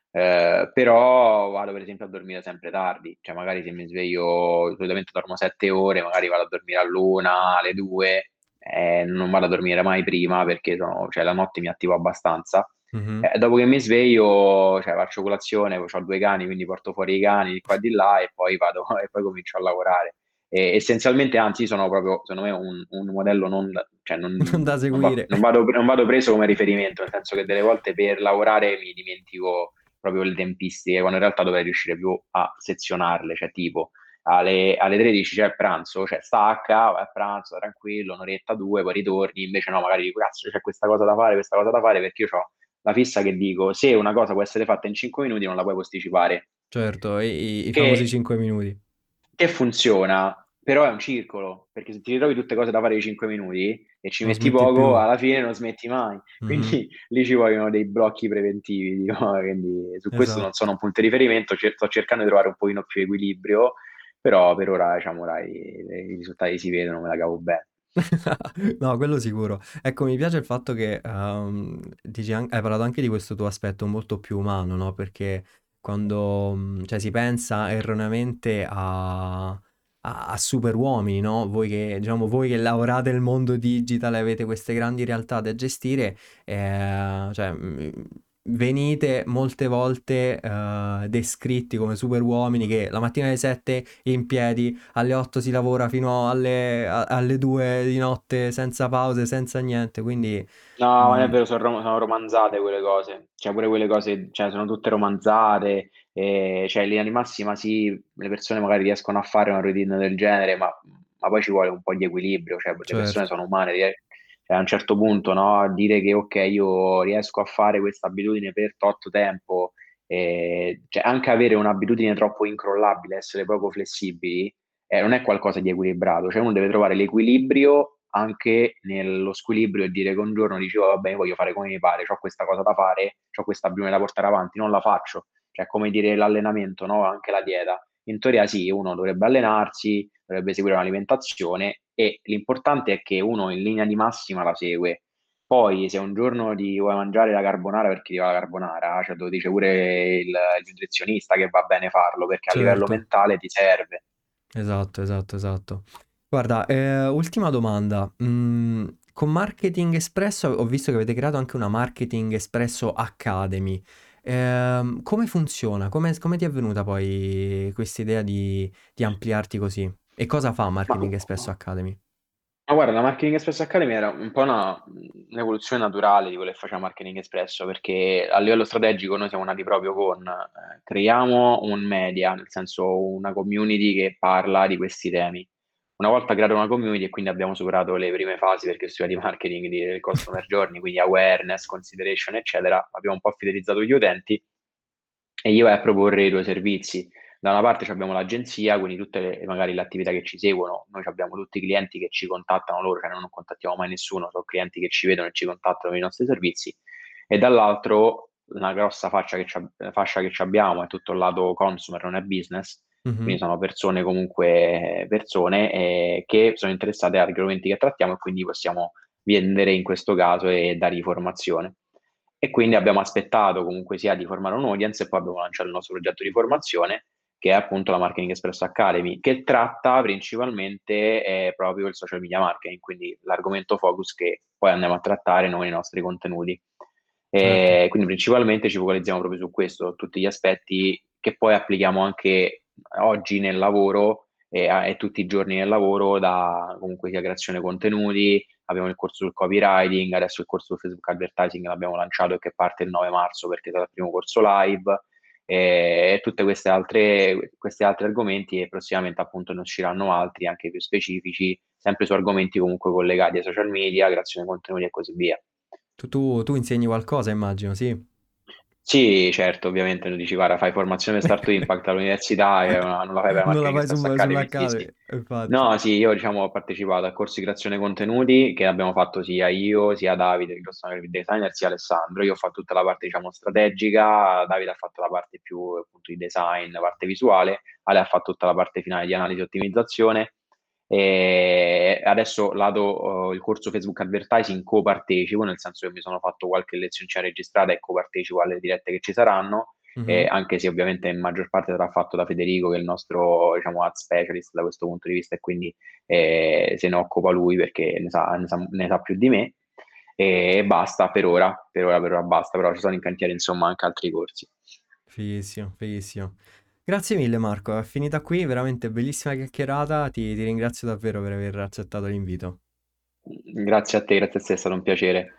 Eh, però vado per esempio a dormire sempre tardi, cioè magari se mi sveglio, solitamente dormo sette ore, magari vado a dormire all'una, alle due, eh, non vado a dormire mai prima perché sono- cioè, la notte mi attivo abbastanza. Mhm. Eh, dopo che mi sveglio, cioè, faccio colazione, ho due cani, quindi porto fuori i cani di qua e di là e poi vado e poi comincio a lavorare. E, essenzialmente, anzi, sono proprio, secondo me, un, un modello non, cioè, non, Non da non va- seguire. non vado, non vado preso come riferimento, nel senso che delle volte per lavorare mi dimentico proprio le tempistiche, quando in realtà dovrei riuscire più a sezionarle, cioè tipo alle, alle tredici c'è il pranzo, cioè stacca, vai a pranzo, tranquillo, un'oretta, due, poi ritorni, invece no, magari dico, cazzo, c'è questa cosa da fare, questa cosa da fare, perché io ho la fissa che dico, se una cosa può essere fatta in cinque minuti non la puoi posticipare, Certo, i, i- i famosi che, cinque minuti. che funziona, però è un circolo, perché se ti ritrovi tutte cose da fare in cinque minuti e ci Non metti smetti poco, più. alla fine non smetti mai. Mhm. Quindi lì ci vogliono dei blocchi preventivi, dico. Quindi su questo non Esatto. sono un punto di riferimento, cer- sto cercando di trovare un pochino più equilibrio, però per ora, diciamo, dai, i risultati si vedono, me la cavo bene. No, quello sicuro. Ecco, mi piace il fatto che ehm, dici an- hai parlato anche di questo tuo aspetto molto più umano, no? Perché quando mm, cioè, si pensa erroneamente a, a, a superuomini, no? Voi che, diciamo, voi che lavorate nel mondo digital e avete queste grandi realtà da gestire, eh, cioè, mm, venite molte volte eh, descritti come superuomini che la mattina alle sette in piedi, alle otto si lavora fino alle, a- alle due di notte senza pause, senza niente, quindi No, ma non è mh, vero, sono, rom- sono romanzate quelle cose, cioè pure quelle cose, cioè, sono tutte romanzate, e, cioè in linea di massima sì, le persone magari riescono a fare una routine del genere, ma, ma poi ci vuole un po' di equilibrio, cioè le persone certo, sono umane, rie- cioè, a un certo punto, no, dire che ok, io riesco a fare questa abitudine per tot tempo, e, cioè anche avere un'abitudine troppo incrollabile, essere poco flessibili, eh, non è qualcosa di equilibrato, cioè uno deve trovare l'equilibrio anche nello squilibrio e dire che un giorno dicevo, vabbè, voglio fare come mi pare, ho questa cosa da fare, ho questa abitudine da portare avanti, non la faccio. Cioè, come dire l'allenamento, no? Anche la dieta. In teoria sì, uno dovrebbe allenarsi, dovrebbe seguire un'alimentazione e l'importante è che uno in linea di massima la segue. Poi, se un giorno ti vuoi mangiare la carbonara perché ti va la carbonara, cioè te lo dice pure il, il nutrizionista che va bene farlo perché a livello certo, mentale ti serve. esatto, esatto, esatto. Guarda, eh, ultima domanda. Mm, con Marketing Espresso ho visto che avete creato anche una Marketing Espresso Academy. Ehm, come funziona? Come, come ti è venuta poi questa idea di, di ampliarti così? E cosa fa Ma Marketing Espresso Academy? Ma guarda, la Marketing Espresso Academy era un po' una, un'evoluzione naturale di quello che faceva Marketing Espresso, perché a livello strategico noi siamo nati proprio con eh, creiamo un media, nel senso una community che parla di questi temi. Una volta creato una community e quindi abbiamo superato le prime fasi perché studia di marketing, di, del customer journey, quindi awareness, consideration, eccetera, abbiamo un po' fidelizzato gli utenti e io vai a proporre i tuoi servizi. Da una parte abbiamo l'agenzia, quindi tutte le, magari le attività che ci seguono, noi abbiamo tutti i clienti che ci contattano loro, cioè noi non contattiamo mai nessuno, sono clienti che ci vedono e ci contattano per i nostri servizi, e dall'altro una grossa fascia che, ci, fascia che ci abbiamo è tutto il lato consumer, non è business, quindi Mhm. sono persone comunque persone eh, che sono interessate agli argomenti che trattiamo e quindi possiamo vendere in questo caso e dare informazione. E quindi abbiamo aspettato comunque sia di formare un'audience e poi abbiamo lanciato il nostro progetto di formazione, che è appunto la Marketing Express Academy, che tratta principalmente eh, proprio il social media marketing, quindi l'argomento focus che poi andiamo a trattare noi nei nostri contenuti. Certo. E quindi principalmente ci focalizziamo proprio su questo, tutti gli aspetti che poi applichiamo anche oggi nel lavoro e, e tutti i giorni nel lavoro, da comunque sia creazione contenuti, abbiamo il corso sul copywriting, adesso il corso su Facebook Advertising l'abbiamo lanciato e che parte il nove marzo perché sarà il primo corso live e, e tutte queste altre, questi altri argomenti e prossimamente appunto ne usciranno altri anche più specifici, sempre su argomenti comunque collegati ai social media, creazione contenuti e così via. Tu, tu- tu insegni qualcosa, immagino, sì. Sì, certo, ovviamente tu dici, guarda, fai formazione Start to Impact all'università e non non la fai per la Non la Marketing fai Express su- Academy, sì, sì. sull'Accademy, infatti. No, sì, io diciamo ho partecipato al corso di creazione contenuti che abbiamo fatto sia io, sia Davide, il nostro graphic designer, sia Alessandro. Io ho fatto tutta la parte, diciamo, strategica, Davide ha fatto la parte più appunto di design, la parte visuale, Ale ha fatto tutta la parte finale di analisi e ottimizzazione. E adesso lato eh, il corso Facebook Advertising co-partecipo, nel senso che mi sono fatto qualche lezioncina registrata e co-partecipo alle dirette che ci saranno. eh, Mhm. anche se ovviamente in maggior parte sarà fatto da Federico, che è il nostro, diciamo, ad specialist da questo punto di vista, e quindi eh, se ne occupa lui perché ne sa, ne sa- ne sa più di me. E basta per ora, per ora, per ora basta, però ci sono in cantiere insomma anche altri corsi. Fighissimo, fighissimo. Grazie mille Marco, è finita qui, veramente bellissima chiacchierata, ti, ti ringrazio davvero per aver accettato l'invito. Grazie a te, grazie a te, è stato un piacere.